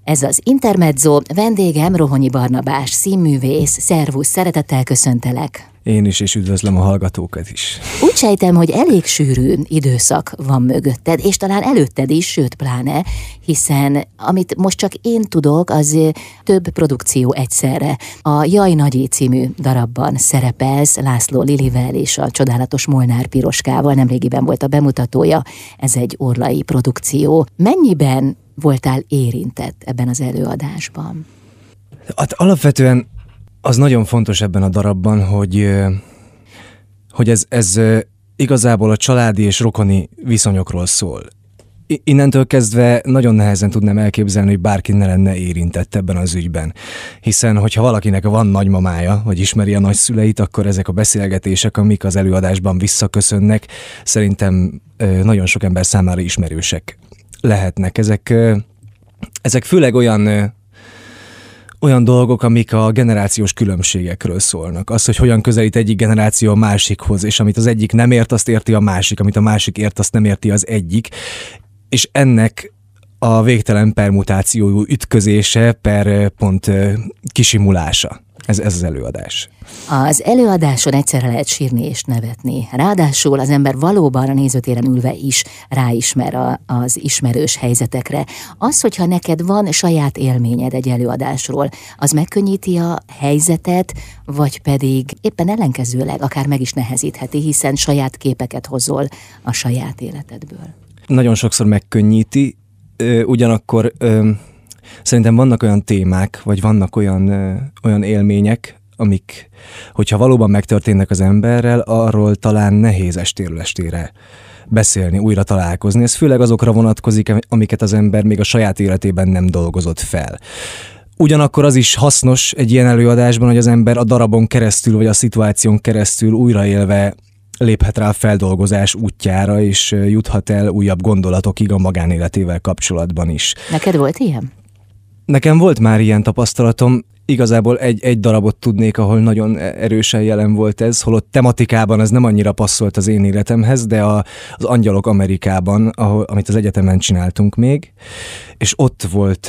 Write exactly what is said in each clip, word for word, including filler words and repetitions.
Ez az Intermezzo, vendégem Rohonyi Barnabás, színművész. Szervusz, szeretettel köszöntelek. Én is, és üdvözlöm a hallgatókat is. Úgy sejtem, hogy elég sűrű időszak van mögötted, és talán előtted is, sőt pláne, hiszen amit most csak én tudok, az több produkció egyszerre. A Jaj Nagyé című darabban szerepelsz László Lilivel és a csodálatos Molnár Piroskával, nemrégiben volt a bemutatója, ez egy orlai produkció. Mennyiben voltál érintett ebben az előadásban? Hát alapvetően az nagyon fontos ebben a darabban, hogy, hogy ez, ez igazából a családi és rokoni viszonyokról szól. Innentől kezdve nagyon nehezen tudnám elképzelni, hogy bárki ne lenne érintett ebben az ügyben. Hiszen, hogyha valakinek van nagymamája, vagy ismeri a nagyszüleit, akkor ezek a beszélgetések, amik az előadásban visszaköszönnek, szerintem nagyon sok ember számára ismerősek lehetnek. Ezek, ezek főleg olyan... olyan dolgok, amik a generációs különbségekről szólnak. Az, hogy hogyan közelít egyik generáció a másikhoz, és amit az egyik nem ért, azt érti a másik, amit a másik ért, azt nem érti az egyik. És ennek a végtelen permutációjú ütközése per pont kisimulása. Ez, ez az előadás. Az előadáson egyszerre lehet sírni és nevetni. Ráadásul az ember valóban a nézőtéren ülve is ráismer a, az ismerős helyzetekre. Az, hogyha neked van saját élményed egy előadásról, az megkönnyíti a helyzetet, vagy pedig éppen ellenkezőleg akár meg is nehezítheti, hiszen saját képeket hozol a saját életedből. Nagyon sokszor megkönnyíti, ugyanakkor szerintem vannak olyan témák, vagy vannak olyan, olyan élmények, amik, hogyha valóban megtörténnek az emberrel, arról talán nehéz estéről estére beszélni, újra találkozni. Ez főleg azokra vonatkozik, amiket az ember még a saját életében nem dolgozott fel. Ugyanakkor az is hasznos egy ilyen előadásban, hogy az ember a darabon keresztül, vagy a szituáción keresztül újraélve léphet rá a feldolgozás útjára, és juthat el újabb gondolatokig a magánéletével kapcsolatban is. Neked volt ilyen? Nekem volt már ilyen tapasztalatom, igazából egy, egy darabot tudnék, ahol nagyon erősen jelen volt ez, holott tematikában ez nem annyira passzolt az én életemhez, de a, az Angyalok Amerikában, ahol, amit az egyetemen csináltunk még, és ott volt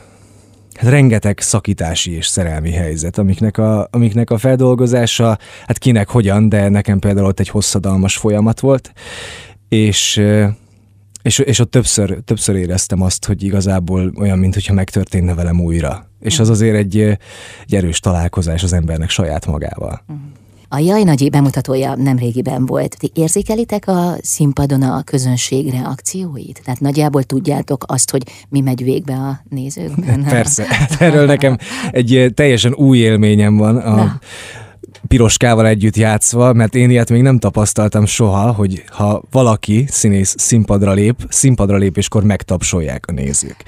hát rengeteg szakítási és szerelmi helyzet, amiknek a, amiknek a feldolgozása, hát kinek hogyan, de nekem például ott egy hosszadalmas folyamat volt, és... És, és ott többször, többször éreztem azt, hogy igazából olyan, mintha megtörténne velem újra. És az azért egy, egy erős találkozás az embernek saját magával. A Jaj Nagyé bemutatója nemrégiben volt. Ti érzékelitek a színpadon a közönség reakcióit? Tehát nagyjából tudjátok azt, hogy mi megy végbe a nézőkben? Persze. Hát erről nekem egy teljesen új élményem van. A... Na. Piroskával együtt játszva, mert én ilyet még nem tapasztaltam soha, hogy ha valaki színész színpadra lép, színpadra lépéskor megtapsolják a nézők.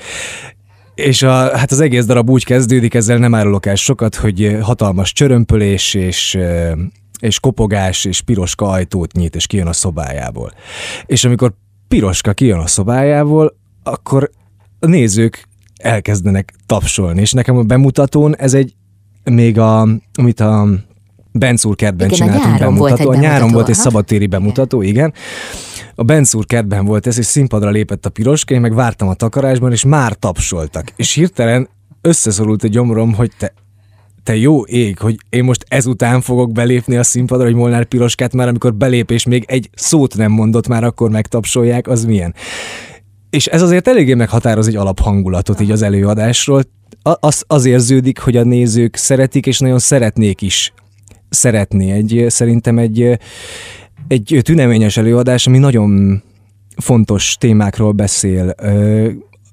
És a, hát az egész darab úgy kezdődik, ezzel nem árulok el sokat, hogy hatalmas csörömpölés és, és kopogás, és Piroska ajtót nyit, és kijön a szobájából. És amikor Piroska kijön a szobájából, akkor a nézők elkezdenek tapsolni, és nekem a bemutatón ez egy még a, amit a Benczúr kertben igen, csináltunk a bemutató. Volt egy a nyáron bemutató, volt egy aha. szabadtéri bemutató, igen. igen. A Benczúr kertben volt ez, és színpadra lépett a Piroska, én meg vártam a takarásban, és már tapsoltak. És hirtelen összeszorult a gyomrom, hogy te, te jó ég, hogy én most ezután fogok belépni a színpadra, hogy Molnár Piroskát már amikor belép, és még egy szót nem mondott, már akkor megtapsolják, az milyen. És ez azért eléggé meghatároz egy alaphangulatot így az előadásról. Az, az érződik, hogy a nézők szeretik, és nagyon szeretnék is szeretni. Egy, szerintem egy, egy tüneményes előadás, ami nagyon fontos témákról beszél, ö,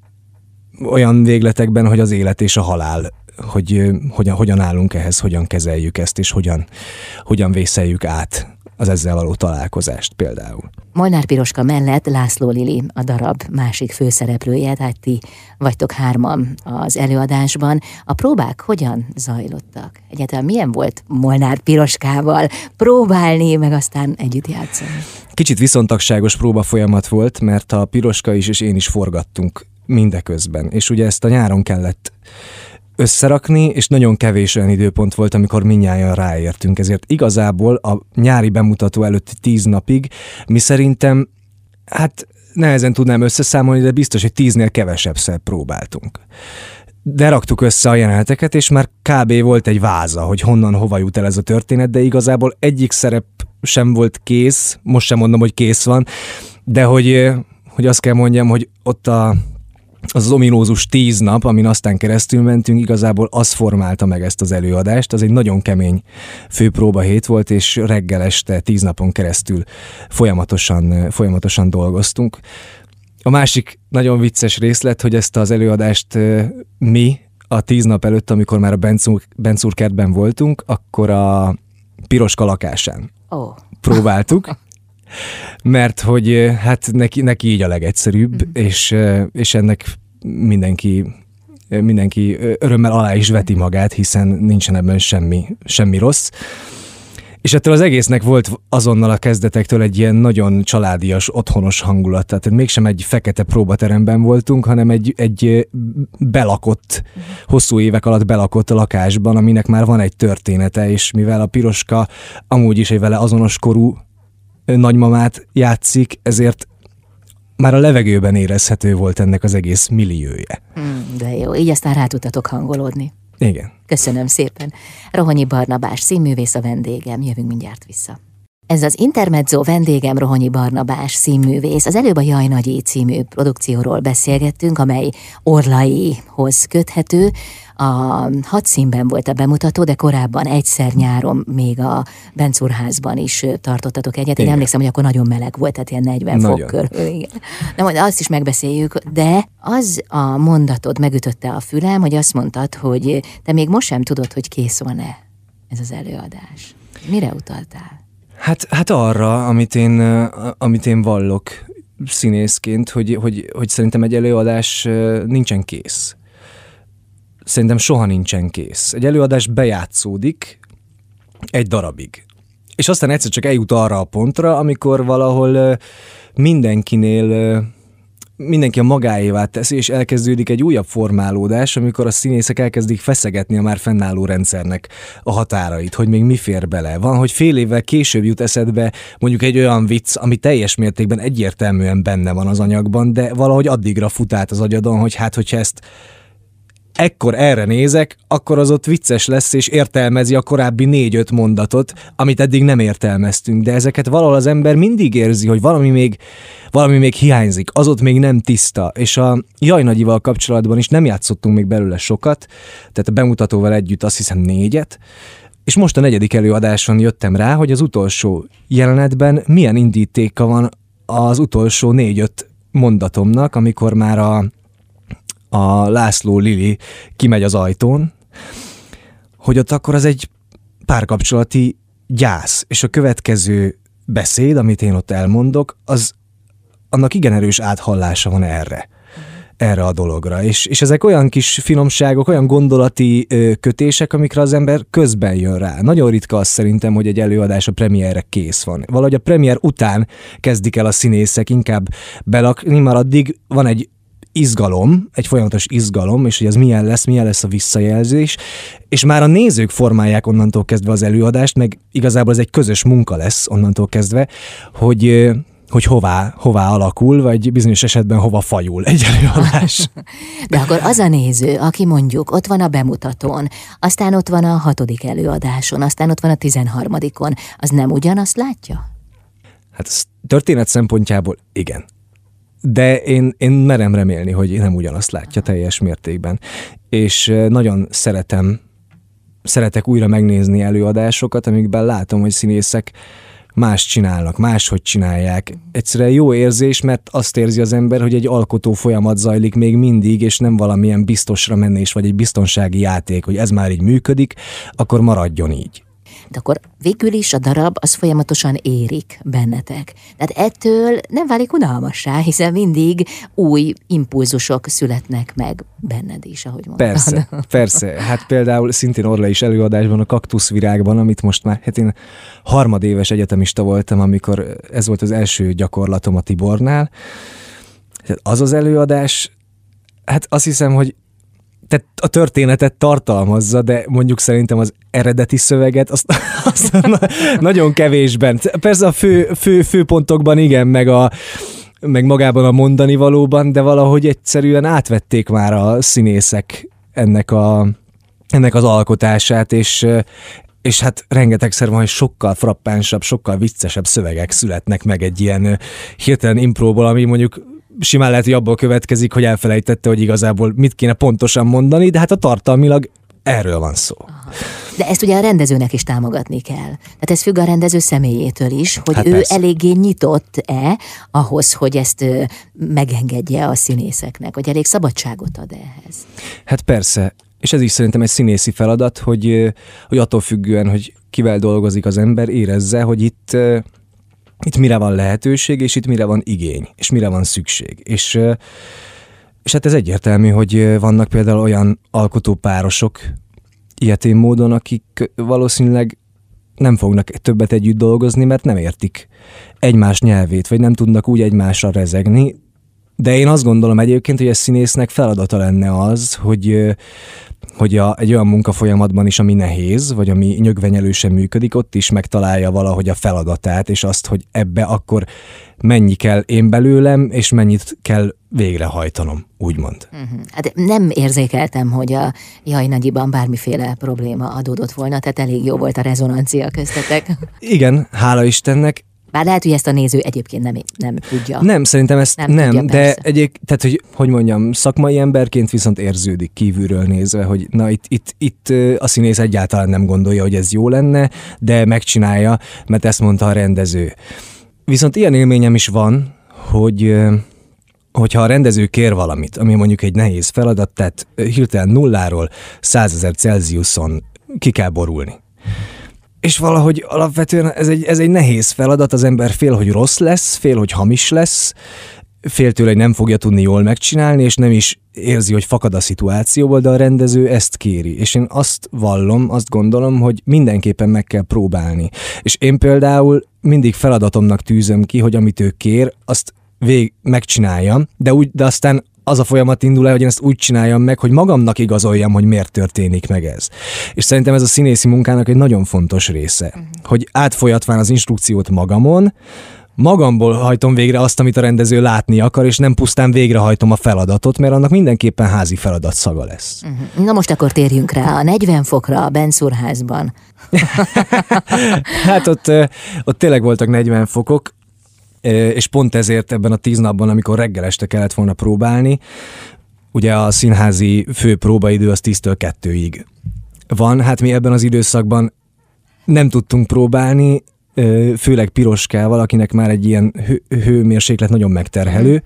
olyan végletekben, hogy az élet és a halál, hogy ö, hogyan, hogyan állunk ehhez, hogyan kezeljük ezt, és hogyan, hogyan vészeljük át az ezzel való találkozást például. Molnár Piroska mellett László Lili a darab másik főszereplője, tehát ti vagytok hárman az előadásban. A próbák hogyan zajlottak? Egyáltalán milyen volt Molnár Piroskával próbálni, meg aztán együtt játszani? Kicsit viszontagságos próba folyamat volt, mert a Piroska is és én is forgattunk mindeközben, és ugye ezt a nyáron kellett összerakni, és nagyon kevés olyan időpont volt, amikor mindnyájan ráértünk. Ezért igazából a nyári bemutató előtti tíz napig mi szerintem, hát nehezen tudnám összeszámolni, de biztos, hogy tíznél kevesebbszer próbáltunk. de raktuk össze a jeleneteket, és már kb. Volt egy váza, hogy honnan, hova jut el ez a történet, de igazából egyik szerep sem volt kész, most sem mondom, hogy kész van, de hogy, hogy azt kell mondjam, hogy ott a, az, az ominózus tíz nap, amin aztán keresztül mentünk, igazából az formálta meg ezt az előadást. Az egy nagyon kemény főpróba hét volt, és reggel este tíz napon keresztül folyamatosan, folyamatosan dolgoztunk. A másik nagyon vicces részlet, hogy ezt az előadást mi a tíz nap előtt, amikor már a Bencúr, Bencúr kertben voltunk, akkor a Piroska lakásán oh. próbáltuk, mert hogy hát neki, neki így a legegyszerűbb, mm. és, és ennek mindenki, mindenki örömmel alá is veti magát, hiszen nincsen ebben semmi, semmi rossz. És ettől az egésznek volt azonnal a kezdetektől egy ilyen nagyon családias, otthonos hangulat. Tehát mégsem egy fekete próbateremben voltunk, hanem egy, egy belakott, hosszú évek alatt belakott lakásban, aminek már van egy története, és mivel a Piroska amúgy is egy vele azonos korú nagymamát játszik, ezért már a levegőben érezhető volt ennek az egész milliója. De jó, így aztán rá tudtatok hangolódni. Igen. Köszönöm szépen. Rohonyi Barnabás színművész a vendégem, jövünk mindjárt vissza. Ez az Intermezzo, vendégem Rohonyi Barnabás színművész. Az előbb a Jaj Nagyi című produkcióról beszélgettünk, amely Orlaihoz köthető. A hat színben volt a bemutató, de korábban egyszer nyáron még a Bencúrházban is tartottatok egyet. Én igen. emlékszem, hogy akkor nagyon meleg volt, tehát ilyen negyven nagyon. Fok körül. Igen. Na majd azt is megbeszéljük, de az a mondatod megütötte a fülem, hogy azt mondtad, hogy te még most sem tudod, hogy kész van-e ez az előadás. Mire utaltál? Hát, hát arra, amit én, amit én vallok színészként, hogy, hogy, hogy szerintem egy előadás nincsen kész. Szerintem soha nincsen kész. Egy előadás bejátszódik egy darabig. És aztán egyszer csak eljut arra a pontra, amikor valahol mindenkinél, mindenki a magáévá teszi, és elkezdődik egy újabb formálódás, amikor a színészek elkezdik feszegetni a már fennálló rendszernek a határait, hogy még mi fér bele. Van, hogy fél évvel később jut eszedbe mondjuk egy olyan vicc, ami teljes mértékben egyértelműen benne van az anyagban, de valahogy addigra fut át az agyadon, hogy hát, hogyha ezt ekkor erre nézek, akkor az ott vicces lesz, és értelmezi a korábbi négy-öt mondatot, amit eddig nem értelmeztünk, de ezeket valahol az ember mindig érzi, hogy valami még, valami még hiányzik, az ott még nem tiszta, és a Jaj Nagyival kapcsolatban is nem játszottunk még belőle sokat, tehát a bemutatóval együtt azt hiszem négyet, és most a negyedik előadáson jöttem rá, hogy az utolsó jelenetben milyen indítéka van az utolsó négy-öt mondatomnak, amikor már a a László Lili kimegy az ajtón, hogy ott akkor az egy párkapcsolati gyász, és a következő beszéd, amit én ott elmondok, az annak igen erős áthallása van erre, erre a dologra. És, és ezek olyan kis finomságok, olyan gondolati ö, kötések, amikre az ember közben jön rá. Nagyon ritka az szerintem, hogy egy előadás a premierre kész van. Valahogy a premier után kezdik el a színészek inkább belakni, már addig van egy izgalom, egy folyamatos izgalom, és hogy az milyen lesz, milyen lesz a visszajelzés, és már a nézők formálják onnantól kezdve az előadást, meg igazából ez egy közös munka lesz onnantól kezdve, hogy, hogy hová, hová alakul, vagy bizonyos esetben hova fajul egy előadás. De akkor az a néző, aki mondjuk ott van a bemutatón, aztán ott van a hatodik előadáson, aztán ott van a tizenharmadikon, az nem ugyanazt látja? Hát ez történet szempontjából igen. De én, én merem remélni, hogy nem ugyanazt látja teljes mértékben. És nagyon szeretem, szeretek újra megnézni előadásokat, amikben látom, hogy színészek más csinálnak, máshogy csinálják. Egyszerűen jó érzés, mert azt érzi az ember, hogy egy alkotó folyamat zajlik még mindig, és nem valamilyen biztosra menés, vagy egy biztonsági játék, hogy ez már így működik, akkor maradjon így. De akkor végül is a darab az folyamatosan érik bennetek. Tehát ettől nem válik unalmassá, hiszen mindig új impulzusok születnek meg benned is, ahogy mondtad. Persze, persze. Hát például szintén Orlai is előadásban, a Kaktuszvirágban, amit most már, hát én harmadéves egyetemista voltam, amikor ez volt az első gyakorlatom a Tibornál. Az az előadás, hát azt hiszem, hogy tehát a történetet tartalmazza, de mondjuk szerintem az eredeti szöveget azt, azt nagyon kevésben. Persze a fő, fő, fő pontokban igen, meg, a, meg magában a mondani valóban, de valahogy egyszerűen átvették már a színészek ennek, a, ennek az alkotását, és, és hát rengetegszer van, hogy sokkal frappánsabb, sokkal viccesebb szövegek születnek meg egy ilyen hirtelen impróból, ami mondjuk simán lehet, hogy abból következik, hogy elfelejtette, hogy igazából mit kéne pontosan mondani, de hát a tartalmilag erről van szó. Aha. De ezt ugye a rendezőnek is támogatni kell. Tehát ez függ a rendező személyétől is, hogy hát ő persze. eléggé nyitott-e ahhoz, hogy ezt ö, megengedje a színészeknek, vagy elég szabadságot ad ehhez. Hát persze, és ez is szerintem egy színészi feladat, hogy, hogy attól függően, hogy kivel dolgozik az ember, érezze, hogy itt, itt mire van lehetőség, és itt mire van igény, és mire van szükség. És, és hát ez egyértelmű, hogy vannak például olyan alkotópárosok, ilyetén módon, akik valószínűleg nem fognak többet együtt dolgozni, mert nem értik egymás nyelvét, vagy nem tudnak úgy egymásra rezegni. De én azt gondolom egyébként, hogy a színésznek feladata lenne az, hogy, hogy a, egy olyan munkafolyamatban is, ami nehéz, vagy ami nyögvenyelősen működik, ott is megtalálja valahogy a feladatát, és azt, hogy ebbe akkor mennyi kell én belőlem, és mennyit kell végrehajtanom, úgymond. Uh-huh. Hát nem érzékeltem, hogy a Jaj Nagyiban bármiféle probléma adódott volna, tehát elég jó volt a rezonancia köztetek. Igen, hála Istennek. Bár lehet, hogy ezt a néző egyébként nem, nem tudja. Nem, szerintem ezt nem, nem tudja, de egyébként, tehát, hogy, hogy mondjam, szakmai emberként viszont érződik kívülről nézve, hogy na itt, itt, itt a színész egyáltalán nem gondolja, hogy ez jó lenne, de megcsinálja, mert ezt mondta a rendező. Viszont ilyen élményem is van, hogy hogyha a rendező kér valamit, ami mondjuk egy nehéz feladat, tehát hirtelen nulláról százezer Celsiuson ki kell borulni. És valahogy alapvetően ez egy, ez egy nehéz feladat, az ember fél, hogy rossz lesz, fél, hogy hamis lesz, fél tőle, hogy nem fogja tudni jól megcsinálni, és nem is érzi, hogy fakad a szituációból, de a rendező ezt kéri. És én azt vallom, azt gondolom, hogy mindenképpen meg kell próbálni. És én például mindig feladatomnak tűzöm ki, hogy amit ő kér, azt vég megcsináljam, de, úgy, de aztán az a folyamat indul el, hogy én ezt úgy csináljam meg, hogy magamnak igazoljam, hogy miért történik meg ez. És szerintem ez a színészi munkának egy nagyon fontos része, uh-huh. hogy átfolyatván az instrukciót magamon, magamból hajtom végre azt, amit a rendező látni akar, és nem pusztán végrehajtom a feladatot, mert annak mindenképpen házi feladat szaga lesz. Uh-huh. Na most akkor térjünk rá a negyven fokra a Benszurházban. Hát ott, ott tényleg voltak negyven fokok, és pont ezért ebben a tíz napban, amikor reggel este kellett volna próbálni, ugye a színházi fő próbaidő az tíztől kettőig van. Hát mi ebben az időszakban nem tudtunk próbálni, főleg Piroskával, akinek már egy ilyen hő, hőmérséklet nagyon megterhelő.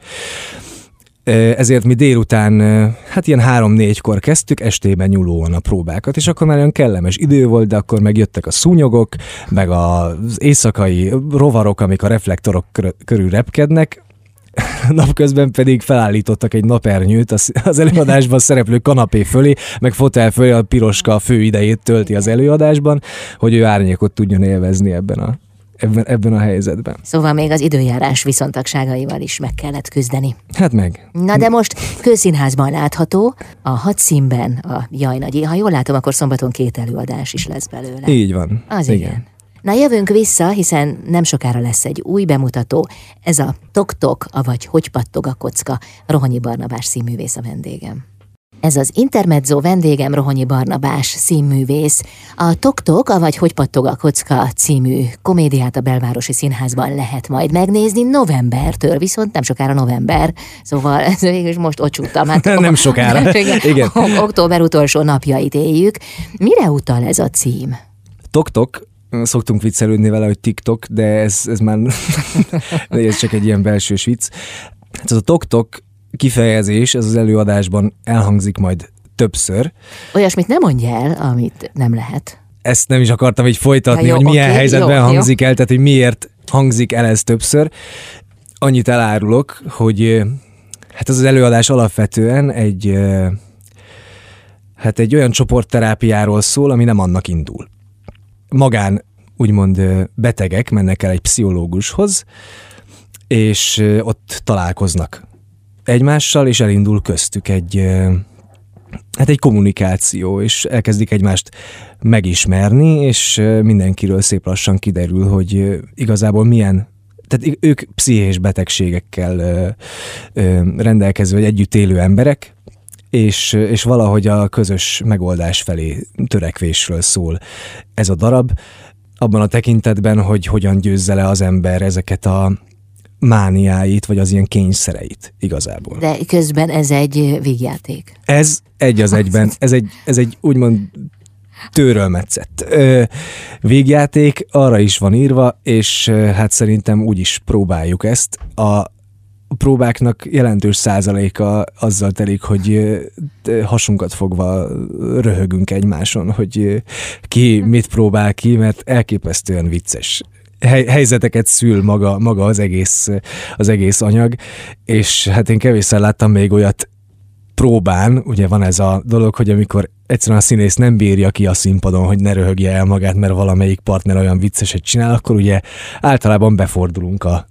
Ezért mi délután, hát ilyen három-négykor kezdtük, estében nyúlóan a próbákat, és akkor már olyan kellemes idő volt, de akkor megjöttek a szúnyogok, meg az éjszakai rovarok, amik a reflektorok körül repkednek, napközben pedig felállítottak egy napernyőt az előadásban szereplő kanapé fölé, meg fotel fölé, a Piroska a fő idejét tölti az előadásban, hogy ő árnyékot tudjon élvezni ebben a Ebben, ebben a helyzetben. Szóval még az időjárás viszontagságaival is meg kellett küzdeni. Hát meg. Na de most Kőszínházban látható, a Hadszínben a Jaj Nagyi. Ha jól látom, akkor szombaton két előadás is lesz belőle. Így van. Az igen. igen. Na jövünk vissza, hiszen nem sokára lesz egy új bemutató. Ez a Tok-tok, avagy Hogy pattog a kocka. Rohonyi Barnabás színművész a vendégem. Ez az Intermezzo, vendégem Rohonyi Barnabás színművész. A Tok-tok, avagy Hogy pattog a kocka című komédiát a Belvárosi Színházban lehet majd megnézni novembertől, viszont nem sokára november, szóval ez végül most ott csúttam. Hát, nem sokára, nem, igen. igen. Október utolsó napjait éljük. Mire utal ez a cím? Tok-tok, szoktunk viccelődni vele, hogy TikTok, de ez, ez már ez csak egy ilyen belsős vicc. Hát ez a Tok-tok kifejezés, ez az előadásban elhangzik majd többször. Olyasmit nem mondj el, amit nem lehet. Ezt nem is akartam így folytatni, jó, hogy milyen okay, helyzetben jó, hangzik jó. el, tehát hogy miért hangzik el ez többször. Annyit elárulok, hogy hát ez az előadás alapvetően egy, hát egy olyan csoportterápiáról szól, ami nem annak indul. Magán úgymond betegek mennek el egy pszichológushoz, és ott találkoznak egymással, és elindul köztük egy, hát egy kommunikáció, és elkezdik egymást megismerni, és mindenkiről szép lassan kiderül, hogy igazából milyen, tehát ők pszichés betegségekkel rendelkező, vagy együtt élő emberek, és, és valahogy a közös megoldás felé törekvésről szól ez a darab, abban a tekintetben, hogy hogyan győzze le az ember ezeket a mániáit, vagy az ilyen kényszereit igazából. De közben ez egy vígjáték. Ez egy az egyben, ez egy, ez egy úgymond tőrölmetszett ö, végjáték, arra is van írva, és hát szerintem úgy is próbáljuk ezt. A próbáknak jelentős százaléka azzal telik, hogy hasunkat fogva röhögünk egymáson, hogy ki mit próbál ki, mert elképesztően vicces hely, helyzeteket szül maga, maga az, egész, az egész anyag, és hát én kevésszer láttam még olyat próbán, ugye van ez a dolog, hogy amikor egyszerűen a színész nem bírja ki a színpadon, hogy ne röhögje el magát, mert valamelyik partner olyan vicceset csinál, akkor ugye általában befordulunk a,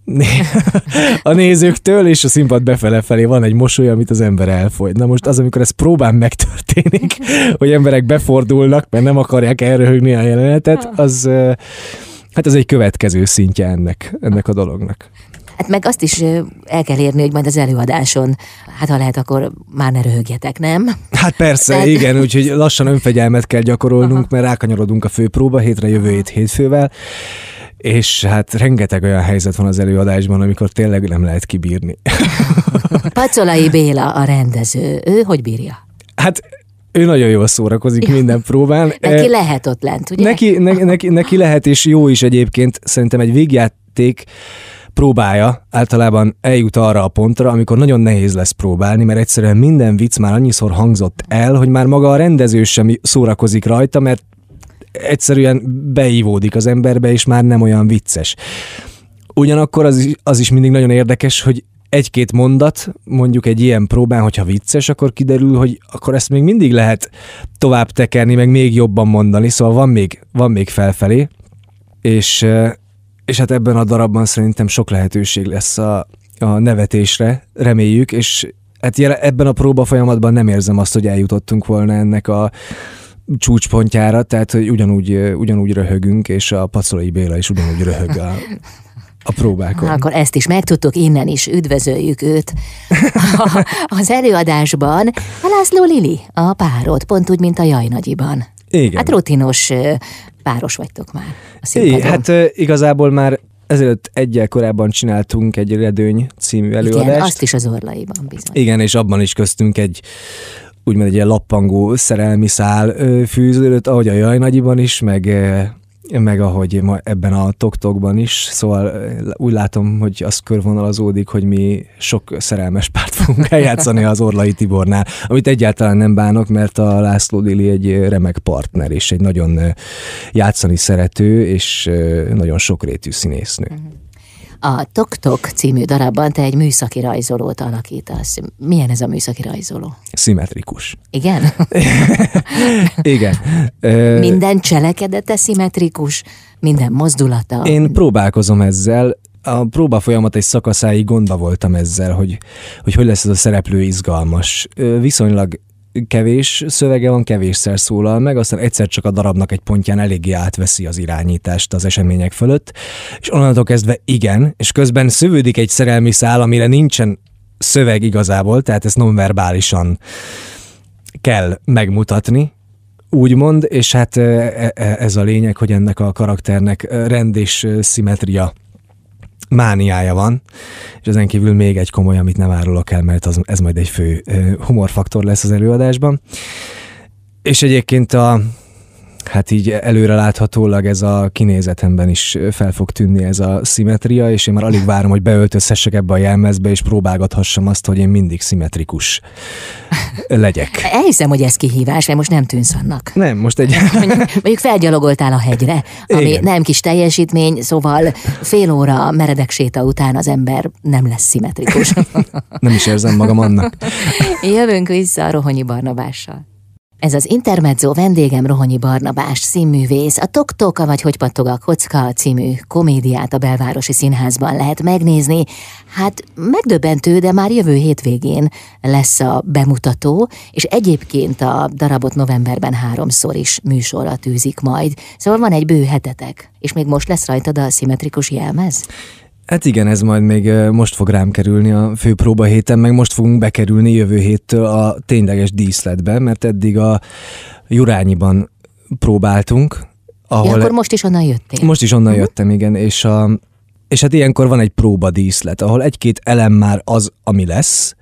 a nézőktől, és a színpad befele felé van egy mosoly, amit az ember elfolyt. Na most az, amikor ez próbán megtörténik, hogy emberek befordulnak, mert nem akarják elröhögni a jelenetet, az, hát az egy következő szintje ennek, ennek a dolognak. Hát meg azt is el kell érni, hogy majd az előadáson, hát ha lehet, akkor már ne röhögjetek, nem? Hát persze, Tehát... igen, úgyhogy lassan önfegyelmet kell gyakorolnunk, Aha. mert rákanyarodunk a főpróba hétre jövő hét hétfővel, és hát rengeteg olyan helyzet van az előadásban, amikor tényleg nem lehet kibírni. Pacolai Béla a rendező, ő hogy bírja? Hát ő nagyon jól szórakozik minden próbán. Neki lehet ott lent, ugye? Neki, ne, neki, neki lehet, és jó is egyébként, szerintem egy végjáték próbája általában eljut arra a pontra, amikor nagyon nehéz lesz próbálni, mert egyszerűen minden vicc már annyiszor hangzott el, hogy már maga a rendező sem szórakozik rajta, mert egyszerűen beívódik az emberbe, és már nem olyan vicces. Ugyanakkor az is, az is mindig nagyon érdekes, hogy egy-két mondat, mondjuk egy ilyen próbán, hogyha vicces, akkor kiderül, hogy akkor ezt még mindig lehet tovább tekerni, meg még jobban mondani, szóval van még, van még felfelé, és És hát ebben a darabban szerintem sok lehetőség lesz a, a nevetésre, reméljük, és hát ebben a próba folyamatban nem érzem azt, hogy eljutottunk volna ennek a csúcspontjára, tehát hogy ugyanúgy, ugyanúgy röhögünk, és a Pacolai Béla is ugyanúgy röhög a, a próbákon. Na, akkor ezt is megtudtuk, innen is üdvözöljük őt. Az előadásban a László Lili, a párod, pont úgy, mint a Jajnagyiban. Igen. Hát rutinos páros vagytok már a színpadon. Igen, hát igazából már ezelőtt egyel korábban csináltunk egy Redőny című előadást. Igen, azt is az Orlaiban bizony. Igen, és abban is köztünk egy úgymond egy ilyen lappangó szerelmi szál fűződött, ahogy a Jajnagyiban is, meg, meg ahogy ma ebben a Tok-Tokban is. Szóval úgy látom, hogy az körvonalazódik, hogy mi sok szerelmes párt fogunk eljátszani az Orlai Tibornál, amit egyáltalán nem bánok, mert a László Lili egy remek partner, és egy nagyon játszani szerető, és nagyon sokrétű színésznő. A Tok-Tok című darabban te egy műszaki rajzolót alakítasz. Milyen ez a műszaki rajzoló? Szimmetrikus. Igen? Igen. Minden cselekedete szimmetrikus? Minden mozdulata? Én próbálkozom ezzel. A próba folyamat egy szakaszáig gondba voltam ezzel, hogy, hogy hogy lesz ez a szereplő izgalmas. Viszonylag kevés szövege van, kevésszer szólal meg, aztán egyszer csak a darabnak egy pontján eléggé átveszi az irányítást az események fölött, és onnantól kezdve igen, és közben szövődik egy szerelmi szál, amire nincsen szöveg igazából, tehát ezt nonverbálisan kell megmutatni, úgymond, és hát ez a lényeg, hogy ennek a karakternek rend és szimmetria mániája van, és ezen kívül még egy komoly, amit nem árulok el, mert az, ez majd egy fő humorfaktor lesz az előadásban. És egyébként a, hát így előre láthatólag ez a kinézetemben is fel fog tűnni ez a szimmetria, és én már alig várom, hogy beöltözhessek ebbe a jelmezbe, és próbálgathassam azt, hogy én mindig szimmetrikus legyek. Elhiszem, hogy ez kihívás, mert most nem tűnsz annak. Nem, most egy... Mondjuk felgyalogoltál a hegyre, ami Igen. nem kis teljesítmény, szóval fél óra meredek séta után az ember nem lesz szimmetrikus. Nem is érzem magam annak. Jövünk vissza a Rohonyi Barnabással. Ez az Intermezzo, vendégem Rohonyi Barnabás, színművész. A Tok-Tok, vagy Hogy pattog a kocka című komédiát a Belvárosi Színházban lehet megnézni. Hát megdöbbentő, de már jövő hétvégén lesz a bemutató, és egyébként a darabot novemberben háromszor is műsorra tűzik majd. Szóval van egy bő hetetek, és még most lesz rajtad a szimmetrikus jelmez? Hát igen, ez majd még most fog rám kerülni a főpróba héten, meg most fogunk bekerülni jövő héttől a tényleges díszletbe, mert eddig a Jurányiban próbáltunk. Ahol ja, akkor most is onnan jöttél? Most is onnan uh-huh. jöttem, igen, és, a, és hát ilyenkor van egy próbadíszlet, ahol egy-két elem már az, ami lesz,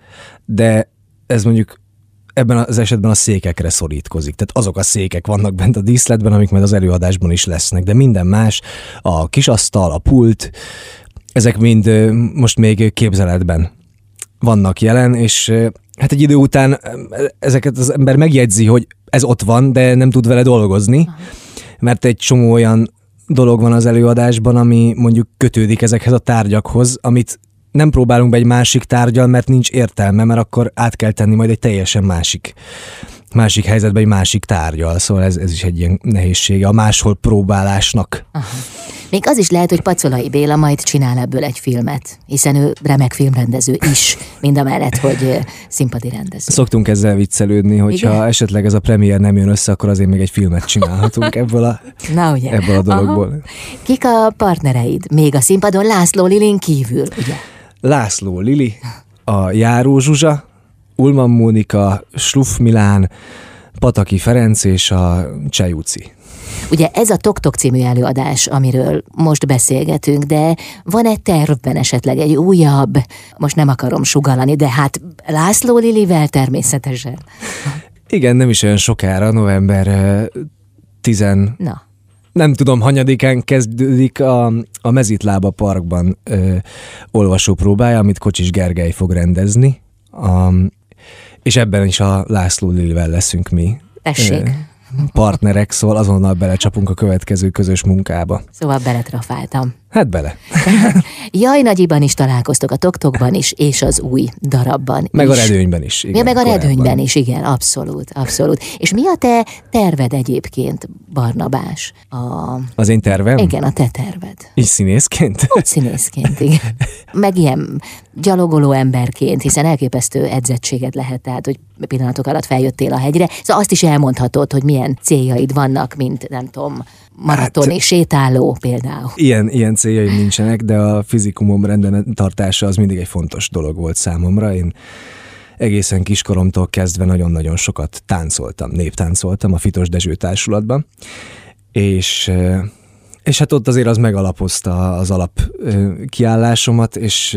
de ez mondjuk ebben az esetben a székekre szorítkozik. Tehát azok a székek vannak bent a díszletben, amik majd az előadásban is lesznek, de minden más, a kisasztal, a pult, ezek mind most még képzeletben vannak jelen, és hát egy idő után ezeket az ember megjegyzi, hogy ez ott van, de nem tud vele dolgozni, mert egy csomó olyan dolog van az előadásban, ami mondjuk kötődik ezekhez a tárgyakhoz, amit nem próbálunk be egy másik tárgyal, mert nincs értelme, mert akkor át kell tenni majd egy teljesen másik, másik helyzetbe, egy másik tárgyal. Szóval ez, ez is egy ilyen nehézsége a máshol próbálásnak. Aha. Még az is lehet, hogy Pacolai Béla majd csinál ebből egy filmet, hiszen ő remek filmrendező is, mind a mellett, hogy színpadi rendező. Szoktunk ezzel viccelődni, hogyha igen? esetleg ez a premier nem jön össze, akkor azért még egy filmet csinálhatunk ebből a, Na, ugye? ebből a dologból. Aha. Kik a partnereid? Még a színpadon László Lilin kívül, ugye? László Lili, a Járó Zsuzsa, Ulman Mónika, Schluff Milán, Pataki Ferenc és a Csejuci. Ugye ez a Tok-Tok című előadás, amiről most beszélgetünk, de van-e tervben esetleg egy újabb, most nem akarom sugallani, de hát László Lilivel természetesen. Igen, nem is olyan sokára, november tizen... Na. Nem tudom, hanyadikán kezdődik a, a Mezitlába Parkban ö, olvasópróbája, amit Kocsis Gergely fog rendezni, a, és ebben is a László Lilivel leszünk mi. Tessék. Ö, partnerek, szóval azonnal belecsapunk a következő közös munkába. Szóval beletrafáltam. Hát bele. Jajnagyiban is találkoztok, a Tok-Tokban is, és az új darabban meg is. a Redőnyben is. Igen, ja, meg a korábban. Redőnyben is, igen, abszolút, abszolút. És mi a te terved egyébként, Barnabás? A... Az én tervem? Igen, a te terved. Így színészként? Úgy színészként, igen. Meg ilyen gyalogoló emberként, hiszen elképesztő edzettséged lehet, tehát, hogy pillanatok alatt feljöttél a hegyre. Szóval azt is elmondhatod, hogy milyen céljaid vannak, mint nem tudom, maratoni hát, sétáló például. Ilyen, ilyen céljaim nincsenek, de a fizikumom rendben tartása az mindig egy fontos dolog volt számomra. Én egészen kiskoromtól kezdve nagyon-nagyon sokat táncoltam, néptáncoltam a Fitos Dezső Társulatban, és, és hát ott azért az megalapozta az alap kiállásomat, és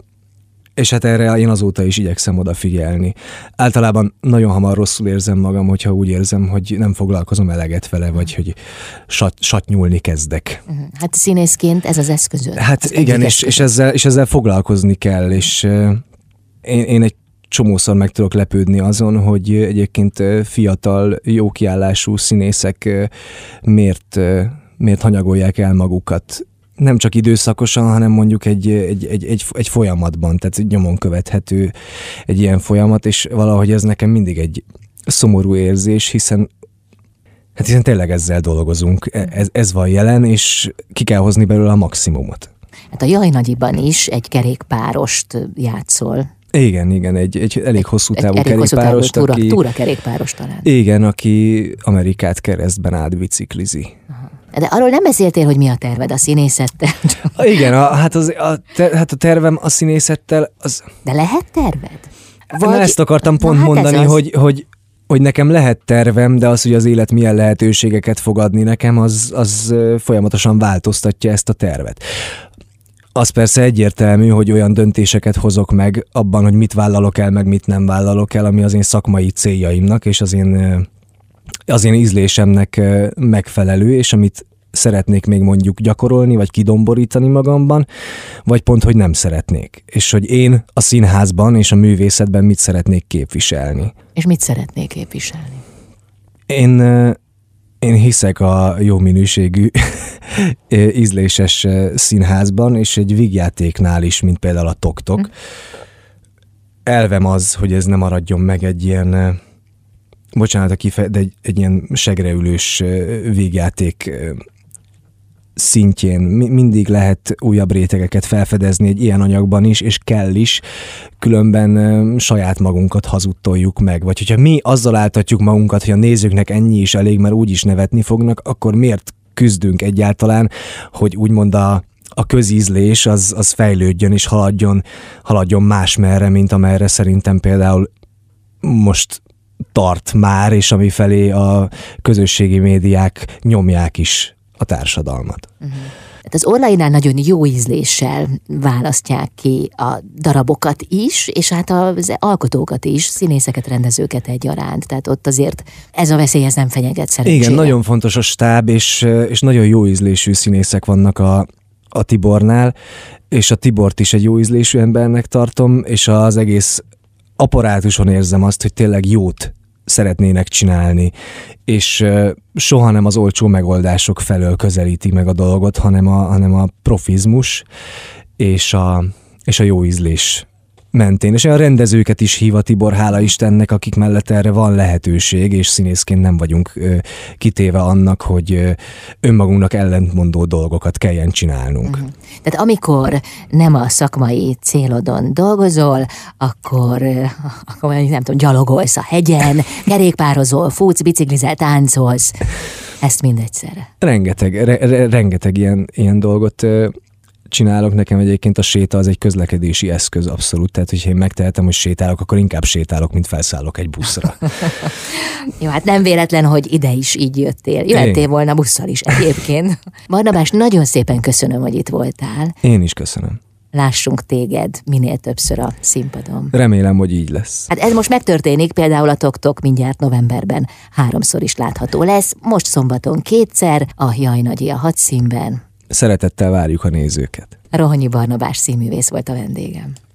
És hát erre én azóta is igyekszem odafigyelni. Általában nagyon hamar rosszul érzem magam, hogyha úgy érzem, hogy nem foglalkozom eleget vele, vagy hogy sat, satnyulni kezdek. Hát színészként ez az eszközöd. Hát az igen, és, és, ezzel, és ezzel foglalkozni kell, és uh, én, én egy csomószor meg tudok lepődni azon, hogy egyébként fiatal, jó kiállású színészek uh, miért, uh, miért hanyagolják el magukat. Nem csak időszakosan, hanem mondjuk egy, egy, egy, egy, egy folyamatban, tehát nyomon követhető egy ilyen folyamat, és valahogy ez nekem mindig egy szomorú érzés, hiszen, hát hiszen tényleg ezzel dolgozunk, ez, ez van jelen, és ki kell hozni belőle a maximumot. Hát a Jajnagyiban is egy kerékpárost játszol. Igen, igen, egy, egy elég hosszú távú egy kerékpárost, túra, aki... túra kerékpáros talán. Igen, aki Amerikát keresztben átbiciklizi. Aha. De arról nem beszéltél, hogy mi a terved a színészettel? Igen, a, hát, az, a, ter, hát a tervem a színészettel az... De lehet terved? Vagy... Na, ezt akartam pont Na, hát mondani, az... hogy, hogy, hogy nekem lehet tervem, de az, hogy az élet milyen lehetőségeket fog adni nekem, az, az folyamatosan változtatja ezt a tervet. Az persze egyértelmű, hogy olyan döntéseket hozok meg abban, hogy mit vállalok el, meg mit nem vállalok el, ami az én szakmai céljaimnak és az én, az én ízlésemnek megfelelő, és amit szeretnék még mondjuk gyakorolni, vagy kidomborítani magamban, vagy pont, hogy nem szeretnék. És hogy én a színházban és a művészetben mit szeretnék képviselni. És mit szeretnék képviselni? Én... Én hiszek a jó minőségű, ízléses színházban, és egy vígjátéknál is, mint például a Tok-Tok. Hm. Elvem az, hogy ez ne maradjon meg egy ilyen, bocsánat a kifeje, de egy, egy ilyen segreülős vígjáték szintjén. Mindig lehet újabb rétegeket felfedezni egy ilyen anyagban is, és kell is, különben saját magunkat hazudtoljuk meg. Vagy hogyha mi azzal áltatjuk magunkat, hogy a nézőknek ennyi is elég, mert úgyis nevetni fognak, akkor miért küzdünk egyáltalán, hogy úgymond a, a közízlés az, az fejlődjön és haladjon, haladjon másmerre, mint amerre szerintem például most tart már, és ami felé a közösségi médiák nyomják is a társadalmat. Uh-huh. Az Orlainál nagyon jó ízléssel választják ki a darabokat is, és hát az alkotókat is, színészeket, rendezőket egyaránt. Tehát ott azért ez a veszély ez nem fenyeget szerencsére. Igen, nagyon fontos a stáb, és, és nagyon jó ízlésű színészek vannak a, a Tibornál, és a Tibort is egy jó ízlésű embernek tartom, és az egész apparátuson érzem azt, hogy tényleg jót szeretnének csinálni, és soha nem az olcsó megoldások felől közelítik meg a dolgot, hanem a, hanem a profizmus és a, és a jó ízlés mentén. És olyan rendezőket is hív a Tibor, hála Istennek, akik mellett erre van lehetőség, és színészként nem vagyunk ö, kitéve annak, hogy ö, önmagunknak ellentmondó dolgokat kelljen csinálnunk. Uh-huh. Tehát amikor nem a szakmai célodon dolgozol, akkor, akkor nem tudom, gyalogolsz a hegyen, kerékpározol, futsz, biciklizel, táncolsz. Ezt mindegyszerre. Rengeteg, re, rengeteg ilyen, ilyen dolgot ö, csinálok. Nekem egyébként a séta az egy közlekedési eszköz abszolút, tehát hogyha én megtehetem, hogy sétálok, akkor inkább sétálok, mint felszállok egy buszra. Jó, hát nem véletlen, hogy ide is így jöttél. Jöttél én. volna busszal is egyébként. Barnabás, nagyon szépen köszönöm, hogy itt voltál. Én is köszönöm. Lássunk téged minél többször a színpadon. Remélem, hogy így lesz. Hát ez most megtörténik, például a Tok-Tok mindjárt novemberben háromszor is látható lesz, most szombaton kétszer, a Jaj Nagyi a Hadszínben. Szeretettel várjuk a nézőket. Rohonyi Barnabás színművész volt a vendégem.